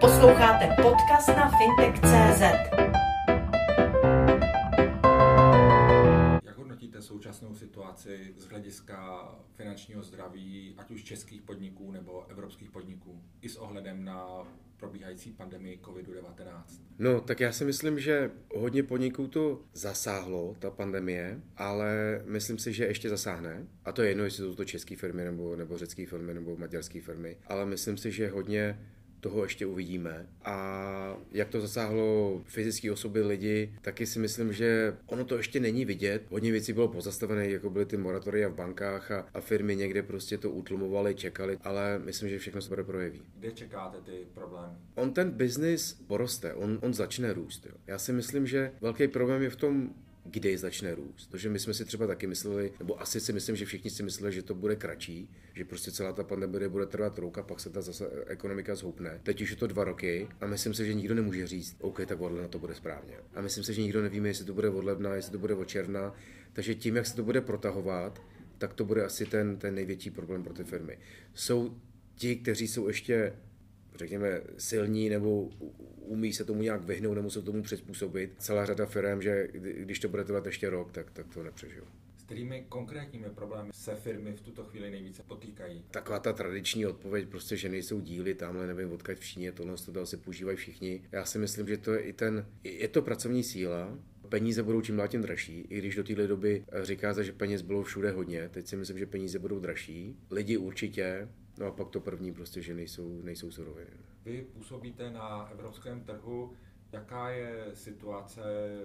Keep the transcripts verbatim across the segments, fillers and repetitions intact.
Posloucháte podcast na fintech tečka cé zet. Jak hodnotíte současnou situaci z hlediska finančního zdraví, ať už českých podniků nebo evropských podniků, i s ohledem na probíhající pandemii covid devatenáct? No, tak já si myslím, že hodně podniků to zasáhlo, ta pandemie, ale myslím si, že ještě zasáhne. A to je jedno, jestli jsou to české firmy, nebo, nebo řecké firmy, nebo maďarské firmy. Ale myslím si, že hodně toho ještě uvidíme. A jak to zasáhlo fyzické osoby, lidi, taky si myslím, že ono to ještě není vidět. Hodně věcí bylo pozastavené, jako byly ty moratoria v bankách a, a firmy někde prostě to utlumovaly, čekali, ale myslím, že všechno se bude projeví. Kde čekáte ty problémy? On ten biznis poroste, on, on začne růst. Jo. Já si myslím, že velký problém je v tom, kdy začne růst. Protože my jsme si třeba taky mysleli, nebo asi si myslím, že všichni si mysleli, že to bude kratší, že prostě celá ta pandemie bude trvat rok a pak se ta zase ekonomika zhoupne. Teď už je to dva roky a myslím si, že nikdo nemůže říct, OK, tak od ledna to bude správně. A myslím si, že nikdo nevíme, jestli to bude od ledna, jestli to bude od června. Takže tím, jak se to bude protahovat, tak to bude asi ten, ten největší problém pro ty firmy. Jsou ti, kteří jsou ještě, řekněme, silní nebo umí se tomu nějak vyhnout, nemusí tomu přizpůsobit. Celá řada firm, že když to bude trvat ještě rok, tak, tak to nepřežijou. S kterými konkrétními problémy se firmy v tuto chvíli nejvíce potýkají? Taková ta tradiční odpověď, prostě, že nejsou díly, tamhle nevím, odkud v Číně, tohle to asi používají všichni. Já si myslím, že to je i ten, je to pracovní síla, peníze budou čím dál tím dražší, i když do téhle doby říká, že peněz bylo všude hodně, teď si myslím, že peníze budou dražší, lidi určitě, no a pak to první prostě, že nejsou, nejsou suroviny. Vy působíte na evropském trhu, jaká je situace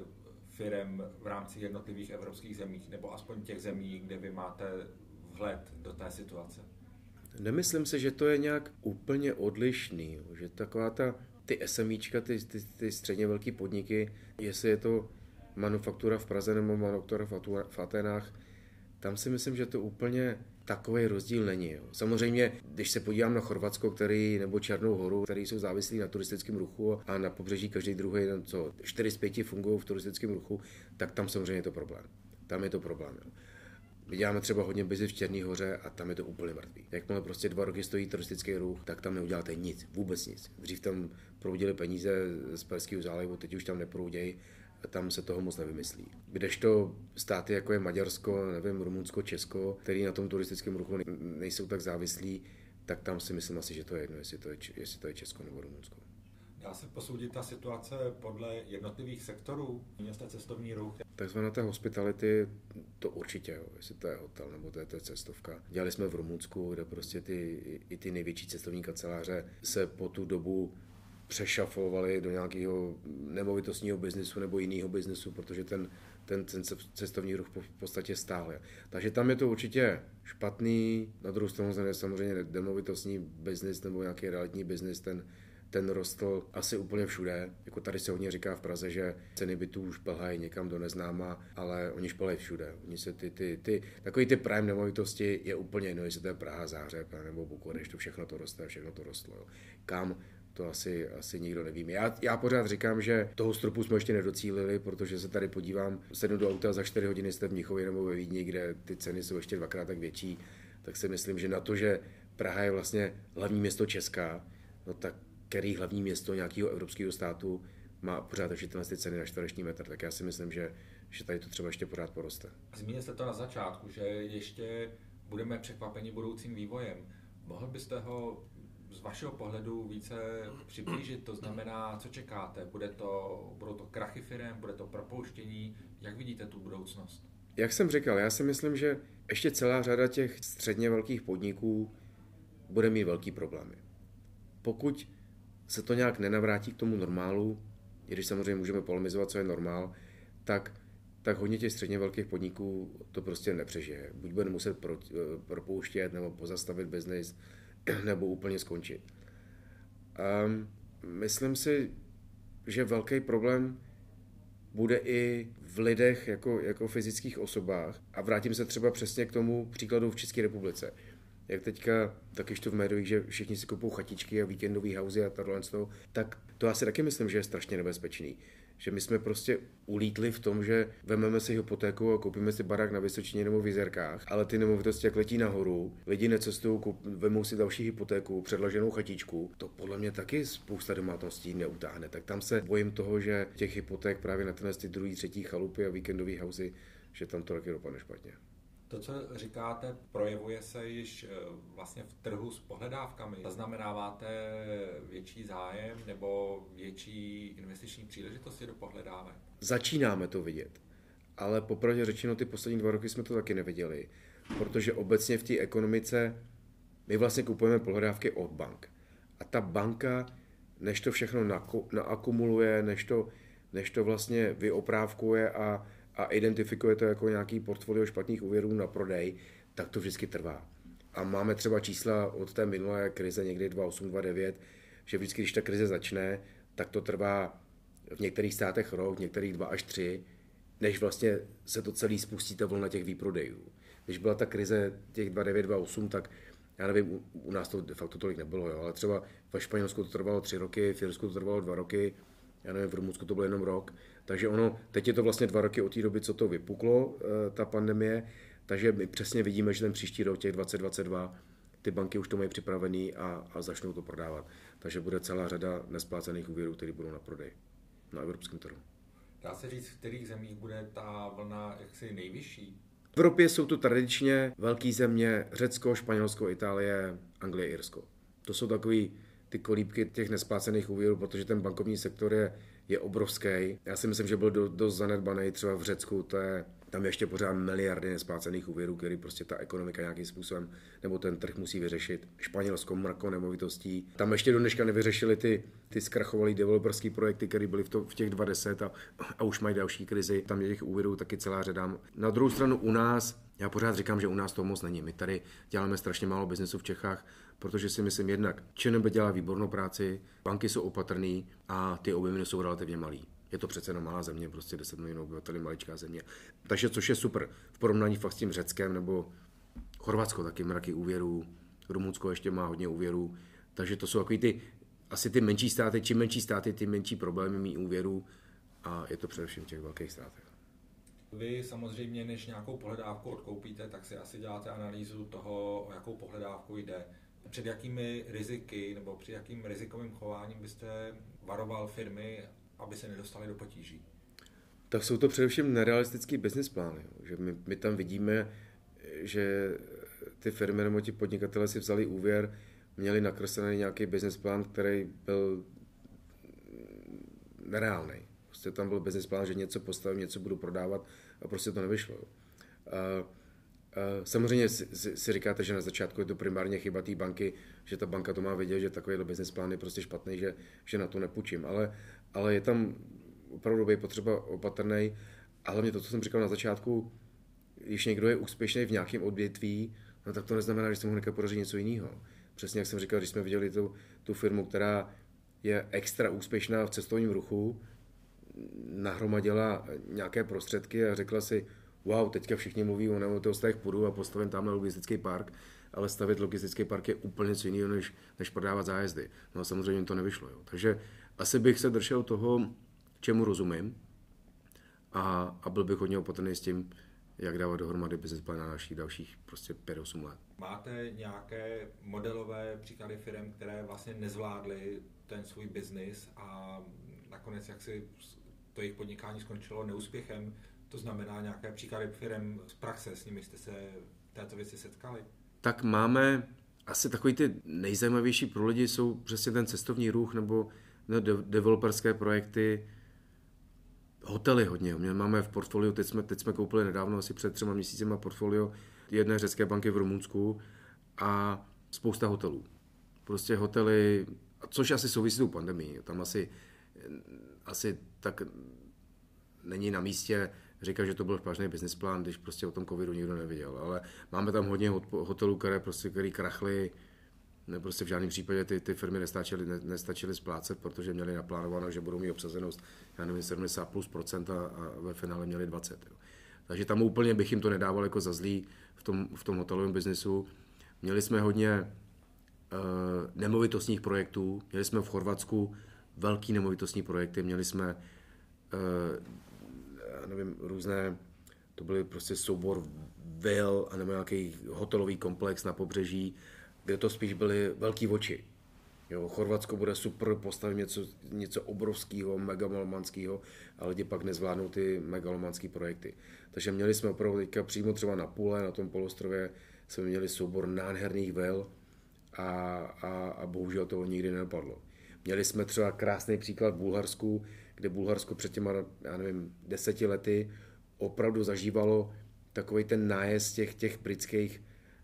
firem v rámci jednotlivých evropských zemí, nebo aspoň těch zemí, kde vy máte vhled do té situace? Nemyslím si, že to je nějak úplně odlišný, že taková ta, ty SMíčka, ty, ty, ty středně velké podniky, jestli je to manufaktura v Praze nebo manufaktura v Aténách, tam si myslím, že to úplně takový rozdíl není. Jo. Samozřejmě, když se podívám na Chorvatsko, který, nebo Černou Horu, který jsou závislí na turistickém ruchu a na pobřeží každý druhý, co čtyři z pěti fungují v turistickém ruchu, tak tam samozřejmě je to problém. Tam je to problém. Jo. My děláme třeba hodně biznis v Černé Hoře a tam je to úplně mrtvý. Jakmile prostě dva roky stojí turistický ruch, tak tam neuděláte nic, vůbec nic. Dřív tam proudili peníze z Perského zálivu, teď už tam neproudějí. Tam se toho moc nevymyslí. Kdežto státy, jako je Maďarsko, nevím, Rumunsko, Česko, který na tom turistickém ruchu nejsou tak závislí, tak tam si myslím asi, že to je jedno, jestli to je, jestli to je Česko nebo Rumunsko. Dá se posoudit ta situace podle jednotlivých sektorů? Města cestovní ruch? Takzvaná ta hospitality, to určitě, jo, jestli to je hotel nebo to je, to je cestovka. Dělali jsme v Rumunsku, kde prostě ty, i ty největší cestovní kanceláře se po tu dobu přešafovali do nějakého nemovitostního biznesu nebo jiného biznesu, protože ten, ten, ten cestovní ruch v podstatě stál. Takže tam je to určitě špatný. Na druhou stranu samozřejmě nemovitostní biznis nebo nějaký realitní biznis, ten, ten rostl asi úplně všude. Jako tady se hodně říká v Praze, že ceny bytů šplhají někam do neznáma, ale oni šplhají všude. Oni se ty, ty, ty, takový ty prime nemovitosti je úplně jedno, jestli to je Praha, Záhřeb nebo Bukurešť, to všechno to roste, všechno to rostlo. Jo. Kam? To asi, asi nikdo nevíme. Já, já pořád říkám, že toho stropu jsme ještě nedocílili, protože se tady podívám, sednu do auta, za čtyři hodiny jste v Mnichově nebo ve Vídni, kde ty ceny jsou ještě dvakrát tak větší, tak si myslím, že na to, že Praha je vlastně hlavní město Česka, no tak který hlavní město nějakého evropského státu má pořád ještě tyhle ty ceny na čtvereční metr, tak já si myslím, že, že tady to třeba ještě pořád poroste. Zmínil jste to na začátku, že ještě budeme překvapeni budoucím vývojem. Mohl byste ho z vašeho pohledu více přiblížit, to znamená, co čekáte? Bude to, budou to krachy firem, bude to propouštění? Jak vidíte tu budoucnost? Jak jsem říkal, já si myslím, že ještě celá řada těch středně velkých podniků bude mít velký problémy. Pokud se to nějak nenavrátí k tomu normálu, i když samozřejmě můžeme polemizovat, co je normál, tak, tak hodně těch středně velkých podniků to prostě nepřežije. Buď bude muset pro, propouštět nebo pozastavit biznis, nebo úplně skončit. Um, myslím si, že velký problém bude i v lidech jako, jako fyzických osobách. A vrátím se třeba přesně k tomu příkladu v České republice. Jak teďka, taky to v médiích, že všichni si kupují chatičky a víkendový housey a tohle, tak to asi taky myslím, že je strašně nebezpečný. že my jsme prostě ulítli v tom, že vezmeme si hypotéku a koupíme si barák na Vysočině nebo v Jizerkách, ale ty nemovitosti jak letí nahoru, lidi necestují, vemou si další hypotéku, předloženou chatičku, to podle mě taky spousta domácností neutáhne. Tak tam se bojím toho, že těch hypoték právě na tenhle ty druhý, třetí chalupy a víkendové housy, že tam to taky dopadne špatně. To, co říkáte, projevuje se již vlastně v trhu s pohledávkami. Zaznamenáváte větší zájem nebo větší investiční příležitosti do pohledávek? Začínáme to vidět, ale popravdě řečeno ty poslední dva roky jsme to taky neviděli, protože obecně v té ekonomice my vlastně kupujeme pohledávky od bank. A ta banka, než to všechno naakumuluje, než to, než to vlastně vyoprávkuje a a identifikuje to jako nějaký portfolio špatných úvěrů na prodej, tak to vždycky trvá. A máme třeba čísla od té minulé krize, někdy dva osm dva devět, že vždycky, když ta krize začne, tak to trvá v některých státech rok, v některých dva až tři, než vlastně se to celý spustí ta vlna těch výprodejů. Když byla ta krize těch dva devět dva osm, tak já nevím, u, u nás to de facto tolik nebylo, jo, ale třeba ve Španělsku to trvalo tři roky, v Irsku to trvalo dva roky, já nevím, v Rumunsku to bylo jenom rok, takže ono, teď je to vlastně dva roky od té doby, co to vypuklo, ta pandemie, takže my přesně vidíme, že ten příští rok, těch dvacet dvacet dva, ty banky už to mají připravený a, a začnou to prodávat. Takže bude celá řada nesplácených úvěrů, které budou na prodej na evropském trhu. Dá se říct, v kterých zemích bude ta vlna jaksi nejvyšší? V Evropě jsou to tradičně velké země, Řecko, Španělsko, Itálie, Anglie, Irsko. To jsou takový ty kolíbky těch nesplácených úvěrů, protože ten bankovní sektor je, je obrovský. Já si myslím, že byl do, dost zanedbaný třeba v Řecku, to je, tam je ještě pořád miliardy nesplácených úvěrů, který prostě ta ekonomika nějakým způsobem nebo ten trh musí vyřešit. Španělsko, mrako nemovitostí. Tam ještě do dneška nevyřešili ty, ty zkrachovalý developerský projekty, které byly v, to, v těch dvacet a, a už mají další krizi. Tam je těch úvěrů taky celá řada. Na druhou stranu u nás, já pořád říkám, že u nás to moc není. My tady děláme strašně málo biznesu v Čechách, protože si myslím jednak, ČNB dělá výbornou práci, banky jsou opatrný a ty objemy jsou relativně malý. Je to přece jenom malá země, prostě deset milionů obyvatel, maličká země. Takže což je super v porovnání fakt s tím Řeckem nebo Chorvatsko taky mraky úvěrů, Rumunsko ještě má hodně úvěrů. Takže to jsou takový ty, asi ty menší státy, čím menší státy, ty menší problémy mít úvěrů a je to především v těch velkých státech. Vy samozřejmě, než nějakou pohledávku odkoupíte, tak si asi děláte analýzu toho, o jakou pohledávku jde. Před jakými riziky nebo při jakým rizikovým chováním byste varoval firmy, aby se nedostali do potíží? Tak jsou to především nerealistický business plány. Že my, my tam vidíme, že ty firmy nebo ti podnikatelé si vzali úvěr, měli nakreslený nějaký business plán, který byl nereálný. Prostě tam byl business plán, že něco postavím, něco budu prodávat a prostě to nevyšlo. A, samozřejmě si, si, si říkáte, že na začátku je to primárně chyba té banky, že ta banka to má vědět, že takovýhle business plán je prostě špatný, že, že na to nepůjčím. Ale, ale je tam opravdu být potřeba opatrnej. A hlavně to, co jsem říkal na začátku, když někdo je úspěšný v nějakém odvětví, no tak to neznamená, že se mu hnedka podaří něco jiného. Přesně jak jsem říkal, když jsme viděli tu, tu firmu, která je extra úspěšná v cestovním ruchu, nahromadila nějaké prostředky a řekla si, wow, teďka všichni mluví o nemovitostech, půjdu a postavím tamhle logistický park, ale stavět logistický park je úplně něco jiného, než, než prodávat zájezdy. No a samozřejmě to nevyšlo. Jo. Takže asi bych se držel toho, čemu rozumím a, a byl bych hodně opatrný s tím, jak dávat dohromady business plán na našich dalších prostě pět osm let. Máte nějaké modelové příklady firm, které vlastně nezvládly ten svůj biznis a nakonec jak si to jejich podnikání skončilo neúspěchem? To znamená nějaké příklady firm z praxe, s nimi jste se v této věci setkali? Tak máme asi takový ty nejzajímavější pro lidi jsou přesně ten cestovní ruch nebo no, de- developerské projekty, hotely hodně. My máme v portfoliu, teď jsme, teď jsme koupili nedávno, asi před třema měsícima portfolio jedné řecké banky v Rumunsku a spousta hotelů. Prostě hotely, což asi souvisí s tou pandemií. Tam asi, asi tak není na místě říkat, že to byl špatný business plán, když prostě o tom covidu nikdo neviděl. Ale máme tam hodně hotelů, které prostě, který krachly, ne, prostě v žádném případě ty, ty firmy nestačily, ne, nestačily splácet, protože měly naplánováno, že budou mít obsazenost, já nevím, sedmdesát plus procent a, a ve finále měli dvacet. Jo. Takže tam úplně bych jim to nedával jako za zlý v tom, v tom hotelovém biznesu. Měli jsme hodně uh, nemovitostních projektů, měli jsme v Chorvatsku velký nemovitostní projekty, měli jsme já nevím, různé, to byly prostě soubor vil, anebo nějaký hotelový komplex na pobřeží, kde to spíš byly velký oči. Jo, Chorvatsko bude super, postavit něco, něco obrovského, megalomanského, ale lidi pak nezvládnou ty megalomanské projekty. Takže měli jsme opravdu teďka přímo třeba na Pule, na tom polostrově, jsme měli soubor nádherných vil a, a, a bohužel to nikdy nedopadlo. Měli jsme třeba krásný příklad v Bulharsku, kde Bulharsko před těma, já nevím, deseti lety opravdu zažívalo takový ten nájezd těch, těch britských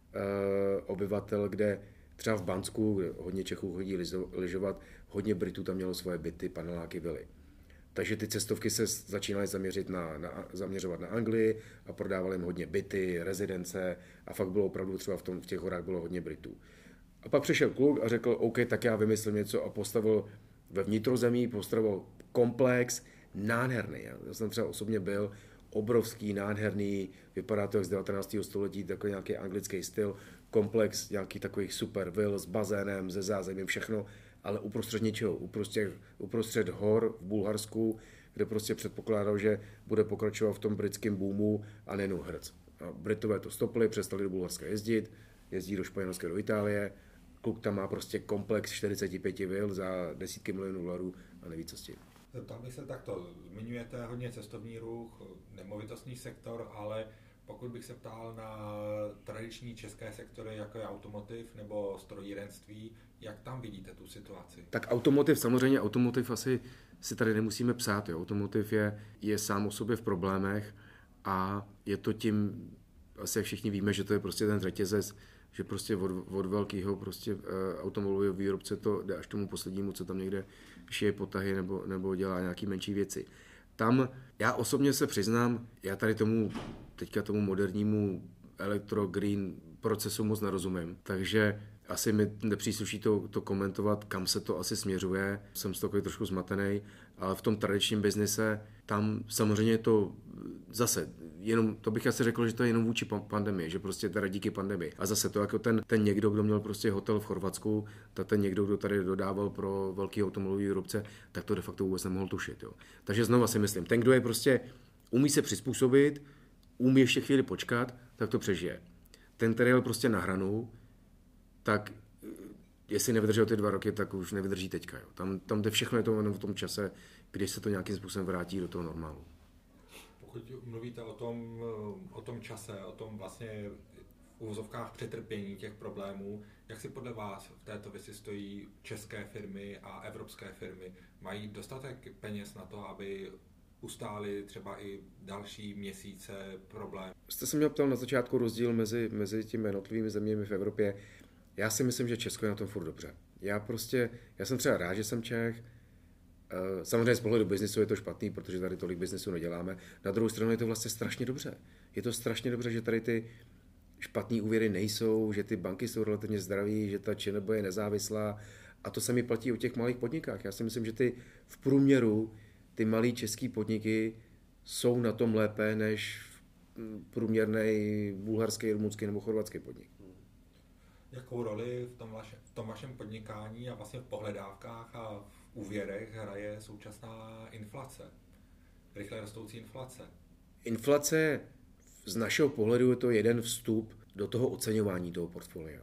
uh, obyvatel, kde třeba v Bansku, kde hodně Čechů chodí lyžovat, hodně Britů tam mělo svoje byty, paneláky, vily. Takže ty cestovky se začínaly zaměřit na, na, zaměřovat na Anglii a prodávali jim hodně byty, rezidence a fakt bylo opravdu třeba v, tom, v těch horách bylo hodně Britů. A pak přišel kluk a řekl, OK, tak já vymyslím něco a postavil ve vnitrozemí, postavil komplex nádherný. Já jsem třeba osobně byl, obrovský, nádherný, vypadá to jak z devatenáctého století, takový nějaký anglický styl, komplex nějakých takových super vil s bazénem, ze zázemím, všechno, ale uprostřed něčeho, uprostřed, uprostřed hor v Bulharsku, kde prostě předpokládal, že bude pokračovat v tom britském boomu a nejenom hrc. A Britové to stopili, přestali do Bulharska jezdit, jezdí do Španělska, do Itálie, kluk tam má prostě komplex čtyřicet pět vil za desítky milionů dolarů a neví, co s tím. Zeptal bych se takto, zmiňujete hodně cestovní ruch, nemovitostní sektor, ale pokud bych se ptal na tradiční české sektory, jako je automotiv nebo strojírenství, jak tam vidíte tu situaci? Tak automotiv, samozřejmě automotiv asi si tady nemusíme psát. Jo. Automotiv je, je sám o sobě v problémech a je to tím, asi jak všichni víme, že to je prostě ten řetězec, že prostě od, od velkého prostě uh, automobilového výrobce to jde až tomu poslednímu, co tam někde šije potahy nebo, nebo dělá nějaký menší věci. Tam já osobně se přiznám, já tady tomu teďka tomu modernímu elektro-green procesu moc nerozumím, takže asi mi nepřísluší to, to komentovat, kam se to asi směřuje. Jsem z toho trošku zmatený, ale v tom tradičním biznise tam samozřejmě to zase, jenom, to bych asi řekl, že to je jenom vůči pandemii, že prostě teda díky pandemii. A zase to jako ten, ten někdo, kdo měl prostě hotel v Chorvatsku, tak ten někdo, kdo tady dodával pro velký automobilový výrobce, tak to de facto vůbec nemohl tušit. Jo. Takže znova si myslím, ten, kdo je prostě umí se přizpůsobit, umí ještě chvíli počkat, tak to přežije. Ten, který jel prostě na hranu, tak jestli nevydržel ty dva roky, tak už nevydrží teďka. Jo. Tam, tam jde všechno je to jenom v tom čase, když se to nějakým způsobem vrátí do toho normálu. Pokud mluvíte o tom, o tom čase, o tom vlastně v uvozovkách přetrpění těch problémů, jak si podle vás v této věci stojí české firmy a evropské firmy? Mají dostatek peněz na to, aby ustáli třeba i další měsíce problém? Jste se mě ptal na začátku rozdíl mezi, mezi těmi jednotlivými zeměmi v Evropě. Já si myslím, že Česko je na tom furt dobře. Já prostě, já jsem třeba rád, že jsem Čech. Samozřejmě z pohledu biznisu je to špatný, protože tady tolik biznisu neděláme. Na druhou stranu je to vlastně strašně dobře. Je to strašně dobře, že tady ty špatný úvěry nejsou, že ty banky jsou relativně zdraví, že ta ČNB je nezávislá a to se mi platí o těch malých podnikách. Já si myslím, že ty v průměru ty malý český podniky jsou na tom lépe než průměrný bulharský, rumunský nebo chorvatský podnik. Jakou roli v tom, vaše, v tom vašem podnikání a vlastně v pohledávkách a v úvěrech hraje současná inflace? Rychle rostoucí inflace. Inflace z našeho pohledu je to jeden vstup do toho oceňování toho portfolia.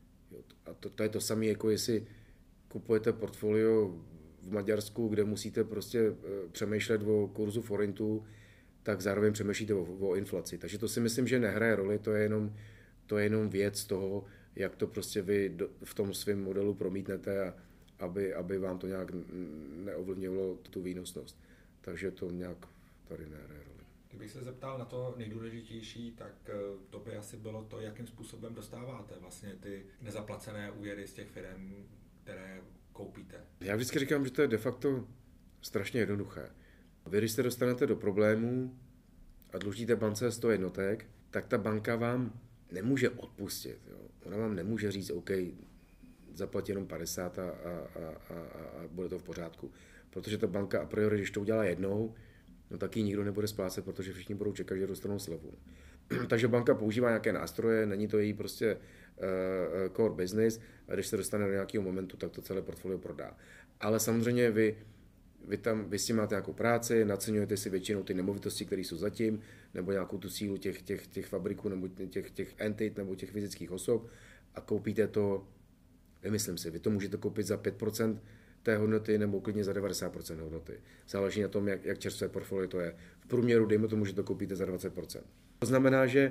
A to, to je to samé, jako jestli kupujete portfolio v Maďarsku, kde musíte prostě přemýšlet o kurzu forintu, tak zároveň přemýšlíte o, o inflaci. Takže to si myslím, že nehraje roli, to je jenom, to je jenom věc toho, jak to prostě vy do, v tom svém modelu promítnete, a aby, aby vám to nějak neovlivnilo tu výnosnost. Takže to nějak tady nehraje roli. Kdybych se zeptal na to nejdůležitější, tak to by asi bylo to, jakým způsobem dostáváte vlastně ty nezaplacené úvěry z těch firm, které koupíte. Já vždycky říkám, že to je de facto strašně jednoduché. Vy, když se dostanete do problémů a dlužíte bance sto jednotek, tak ta banka vám nemůže odpustit. Jo. Ona vám nemůže říct, OK, zaplatí jenom padesát a, a, a, a, a bude to v pořádku. Protože ta banka a priori, když to udělá jednou, no tak ji nikdo nebude splácet, protože všichni budou čekat, že dostanou slevu. Takže banka používá nějaké nástroje, není to její prostě uh, core business, a když se dostane do nějakého momentu, tak to celé portfolio prodá. Ale samozřejmě vy, vy tam, vy s tím máte nějakou práci, naceňujete si většinou ty nemovitosti, které jsou zatím, nebo nějakou tu sílu těch, těch, těch fabriků, nebo těch, těch entit, nebo těch fyzických osob a koupíte to, nemyslím si, vy to můžete koupit za pět procent té hodnoty, nebo klidně za devadesát procent hodnoty. Záleží na tom, jak, jak čerstvé portfolio to je. V průměru, dejme tomu, že to koupíte za dvacet procent. To znamená, že,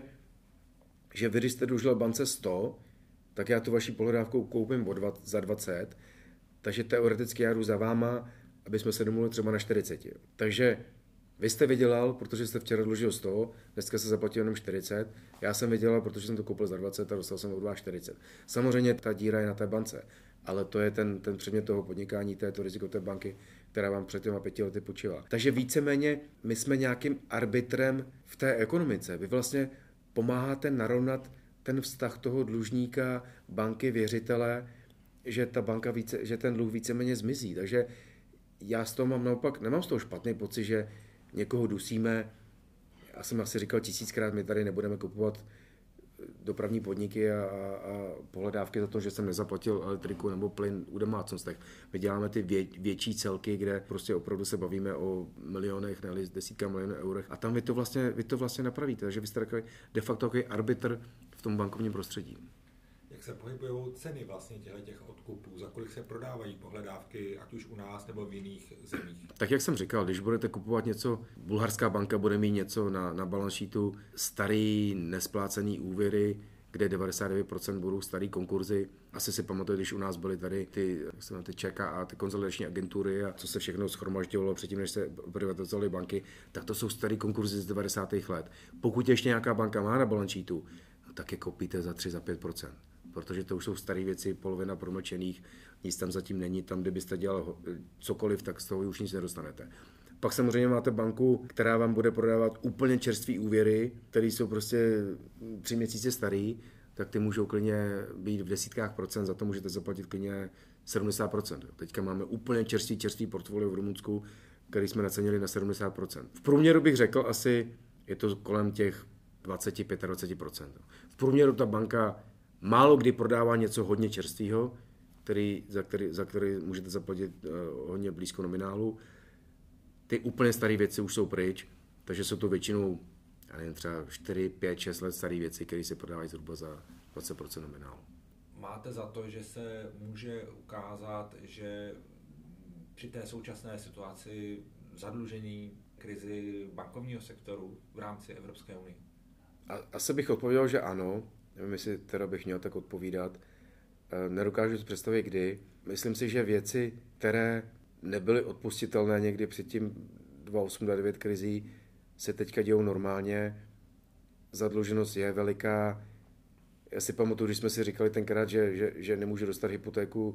že vy, když jste dlužil bance sto, tak já tu vaši pohledávku koupím za dvacet, takže teoreticky já jdu za váma, aby jsme se domluvili třeba na čtyřicet. Takže vy jste vydělal, protože jste včera dlužil sto, dneska se zaplatil jenom čtyřicet, já jsem vydělal, protože jsem to koupil za dvacet a dostal jsem od vás čtyřicet. Samozřejmě ta díra je na té bance, ale to je ten, ten předmět toho podnikání, to je to riziko té banky, která vám před těma pěti lety půjčila. Takže víceméně my jsme nějakým arbitrem v té ekonomice. Vy vlastně pomáháte narovnat ten vztah toho dlužníka, banky, věřitele, že ta banka více, že ten dluh víceméně zmizí. Takže já z toho mám naopak, nemám z toho špatný pocit, že někoho dusíme. Já jsem asi říkal tisíckrát, my tady nebudeme kupovat dopravní podniky a, a pohledávky za to, že jsem nezaplatil elektriku nebo plyn u domácnostech. My děláme ty vě, větší celky, kde prostě opravdu se bavíme o milionech, ne desítka milionů eurech. A tam vy to vlastně, vy to vlastně napravíte. Takže vy jste takový de facto takový arbitr v tom bankovním prostředí. Jak se pohybují ceny vlastně těch odkupů, za kolik se prodávají pohledávky, ať už u nás nebo v jiných zemích? Tak jak jsem říkal, když budete kupovat něco, bulharská banka bude mít něco na, na balance sheetu, starý nesplácený úvěry, kde devadesát devět procent budou starý konkurzy. Asi si pamatuju, když u nás byly tady ty, ty ČKA, ty konsolidační agentury a co se všechno shromažďovalo předtím, než se privatizovaly banky, tak to jsou starý konkurzy z devadesátých let. Pokud ještě nějaká banka má na balance sheetu, tak je koupíte za tři, za pět procent. Protože to už jsou staré věci, polovina promlčených, nic tam zatím není, tam kdybyste dělal cokoliv, tak z toho už nic nedostanete. Pak samozřejmě máte banku, která vám bude prodávat úplně čerstvý úvěry, které jsou prostě tři měsíce starý, tak ty můžou klidně být v desítkách procent, za to můžete zaplatit klidně sedmdesát procent. Teďka máme úplně čerstvý, čerstvý portfolio v Rumunsku, který jsme nacenili na sedmdesát procent. V průměru bych řekl asi, je to kolem těch dvacet až dvacet pět procent. V průměru ta banka málo kdy prodává něco hodně čerstvého, který, za, který, za který můžete zaplatit uh, hodně blízko nominálu. Ty úplně staré věci už jsou pryč, takže jsou to většinou, já nevím, třeba čtyři, pět, šest let staré věci, které se prodávají zhruba za dvacet procent nominálu. Máte za to, že se může ukázat, že při té současné situaci zadlužení krizi bankovního sektoru v rámci Evropské unie? Asi bych odpověděl, že ano. Nevím, jestli teda bych měl tak odpovídat. Nedokážu si představit, kdy. Myslím si, že věci, které nebyly odpustitelné někdy před tím dva tisíce osm dva tisíce devět krizí, se teďka dějou normálně. Zadluženost je veliká. Já si pamatuju, když jsme si říkali tenkrát, že, že, že nemůžu dostat hypotéku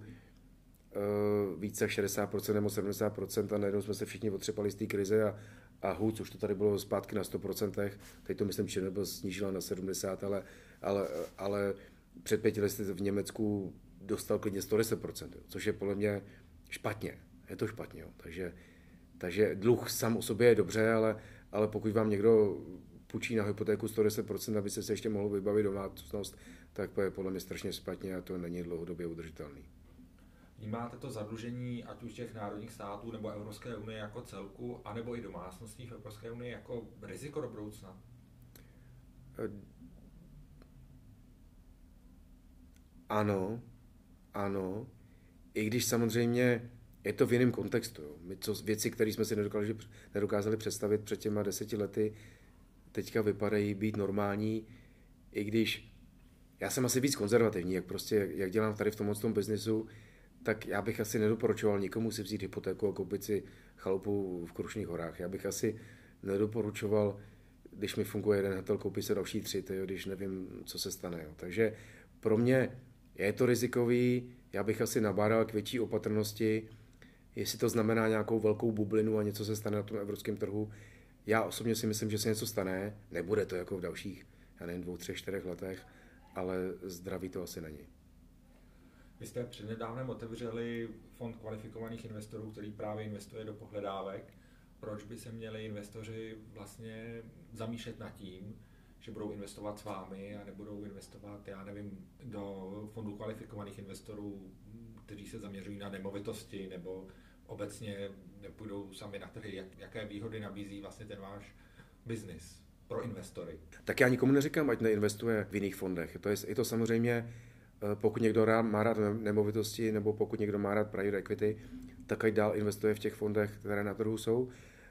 uh, více jak šedesát procent nebo sedmdesát procent a najednou jsme se všichni otřepali z té krize a, a hůc, už to tady bylo zpátky na sto procent. Teď to myslím, že nebylo snížila na sedmdesát, ale Ale, ale před pěti lety v Německu dostal klidně sto deset procent, což je podle mě špatně. Je to špatně. Jo. Takže, takže dluh sám o sobě je dobře, ale, ale pokud vám někdo půjčí na hypotéku sto deset procent, aby se ještě mohl vybavit domácnost, tak to je podle mě strašně špatně a to není dlouhodobě udržitelný. Vnímáte to zadlužení ať už těch národních států nebo Evropské unie jako celku, anebo i domácností v Evropské unii jako riziko do budoucna? Ano, ano, i když samozřejmě je to v jiném kontextu. Jo. My co, věci, které jsme si nedokázali, nedokázali představit před těma deseti lety, teďka vypadají být normální, i když já jsem asi víc konzervativní, jak prostě, jak dělám tady v tomhle tom biznisu, tak já bych asi nedoporučoval nikomu si vzít hypotéku a koupit si chalupu v Krušných horách. Já bych asi nedoporučoval, když mi funguje jeden hotel, koupit se další tři, tyjo, když nevím, co se stane. Jo. Takže pro mě je to rizikový, já bych asi nabádal k větší opatrnosti, jestli to znamená nějakou velkou bublinu a něco se stane na tom evropském trhu. Já osobně si myslím, že se něco stane, nebude to jako v dalších, já nevím, dvou, třech, čtyřech letech, ale zdraví to asi není. Vy jste přednedávnem otevřeli fond kvalifikovaných investorů, který právě investuje do pohledávek. Proč by se měli investoři vlastně zamýšlet nad tím, že budou investovat s vámi a nebudou investovat, já nevím, do fondu kvalifikovaných investorů, kteří se zaměřují na nemovitosti nebo obecně nepůjdou sami na trhy, jak, jaké výhody nabízí vlastně ten váš biznis pro investory? Tak já nikomu neříkám, ať neinvestuje v jiných fondech. To je, je to samozřejmě, pokud někdo rád, má rád nemovitosti, nebo pokud někdo má rád private equity, tak ať dál investuje v těch fondech, které na trhu jsou.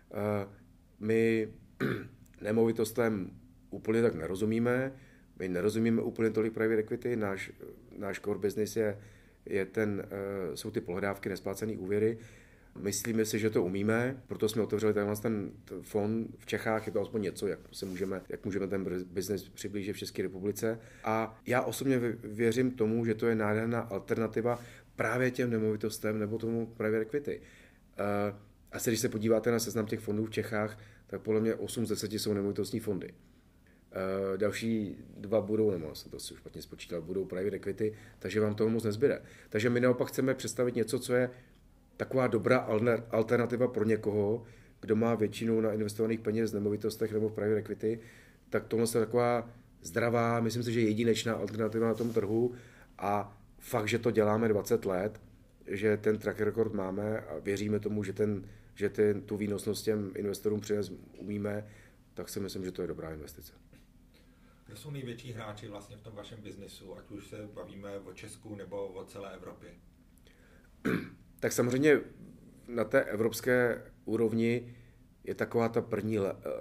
My nemovitostem úplně tak nerozumíme, my nerozumíme úplně tolik private equity, náš, náš core business je, je ten, jsou ty pohledávky, nesplácené úvěry. Myslíme si, že to umíme, proto jsme otevřeli tenhle ten fond v Čechách, je to aspoň něco, jak, se můžeme, jak můžeme ten biznes přiblížit v České republice. A já osobně věřím tomu, že to je nádherná alternativa právě těm nemovitostem nebo tomu private equity. Asi když se podíváte na seznam těch fondů v Čechách, tak podle mě osm z deseti jsou nemovitostní fondy. Další dva budou, nebo to si špatně spočítal, budou private equity, takže vám toho moc nezbyde. Takže my naopak chceme představit něco, co je taková dobrá alternativa pro někoho, kdo má většinu na investovaných peněz v nemovitostech nebo v private equity, tak tohle je taková zdravá, myslím si, že jedinečná alternativa na tom trhu a fakt, že to děláme dvacet let, že ten track record máme a věříme tomu, že, ten, že ten, tu výnosnost těm investorům přines umíme, tak si myslím, že to je dobrá investice. Kdo jsou největší hráči vlastně v tom vašem biznisu, ať už se bavíme o Česku nebo o celé Evropě? Tak samozřejmě na té evropské úrovni je taková ta první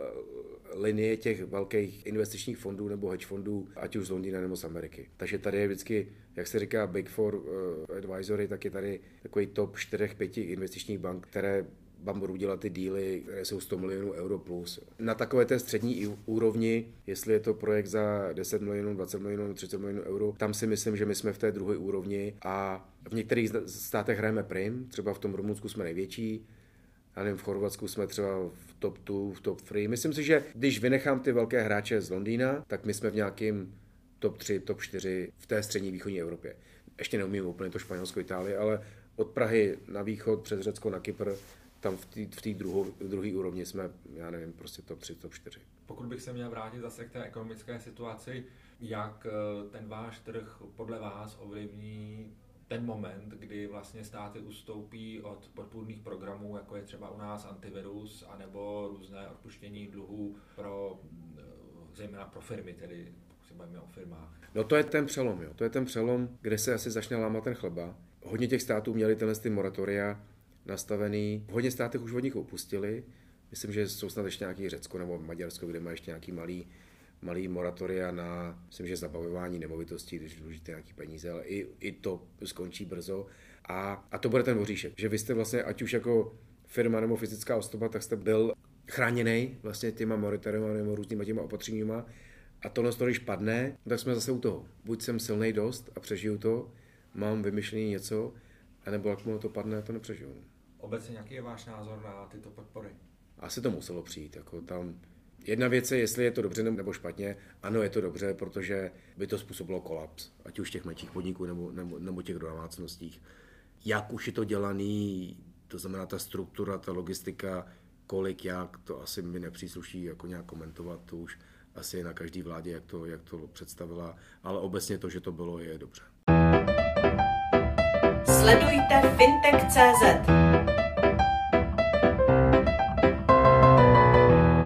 linie těch velkých investičních fondů nebo hedge fondů, ať už z Londýna nebo z Ameriky. Takže tady je vždycky, jak se říká Big Four Advisory, tak je tady takový top čtyřech, pěti investičních bank, které vám budou dělat ty díly, které jsou sto milionů euro plus. Na takové té střední úrovni, jestli je to projekt za deset milionů, dvacet milionů, třicet milionů euro, tam si myslím, že my jsme v té druhé úrovni a v některých státech hrajeme prim, třeba v tom Rumunsku jsme největší, já nevím, v Chorvatsku jsme třeba v top dva, v top tři. Myslím si, že když vynechám ty velké hráče z Londýna, tak my jsme v nějakém top tři, top čtyři v té střední východní Evropě. Ještě neumím úplně to Španělsko, Itálie, ale od Prahy na východ, přes Řecko na Kypr, tam v té v té druhé úrovni jsme, já nevím, prostě top tři, top čtyři. Pokud bych se měl vrátit zase k té ekonomické situaci, jak ten váš trh podle vás ovlivní ten moment, kdy vlastně státy ustoupí od podpůrných programů, jako je třeba u nás antivirus, anebo různé odpuštění dluhů pro, zejména pro firmy, tedy se bavíme o firmách. No to je ten přelom, jo. To je ten přelom, kde se asi začne lámat ten chleba. Hodně těch států měli tenhle ty moratoria nastavený. V hodně státech už od nich upustili. Myslím, že jsou snad ještě nějaký Řecko nebo Maďarsko, kde má ještě nějaký malý, malý moratoria na, myslím, že zabavování nemovitostí, když dlužíte nějaký peníze, ale i, i to skončí brzo. A, a to bude ten voříšek, že vy jste vlastně, ať už jako firma nebo fyzická osoba, tak jste byl chráněný vlastně těma moratoriama nebo různýma těma opatřeníma. A tohle, když padne, tak jsme zase u toho. Buď jsem silnej dost a přežiju to, mám vymyšlený něco, anebo jak mu to padne, to nepřežiju. Obecně jaký je váš názor na tyto podpory? Asi to muselo přijít. Jako tam jedna věc je, jestli je to dobře nebo špatně. Ano, je to dobře, protože by to způsobilo kolaps, ať už těch menších podniků nebo, nebo, nebo těch domácností. Jak už je to dělaný, to znamená ta struktura, ta logistika, kolik, jak, to asi mi nepřísluší jako nějak komentovat, to už asi je na každý vládě, jak to, jak to představila, ale obecně to, že to bylo, je dobře. Sledujte fintech tečka cé zet.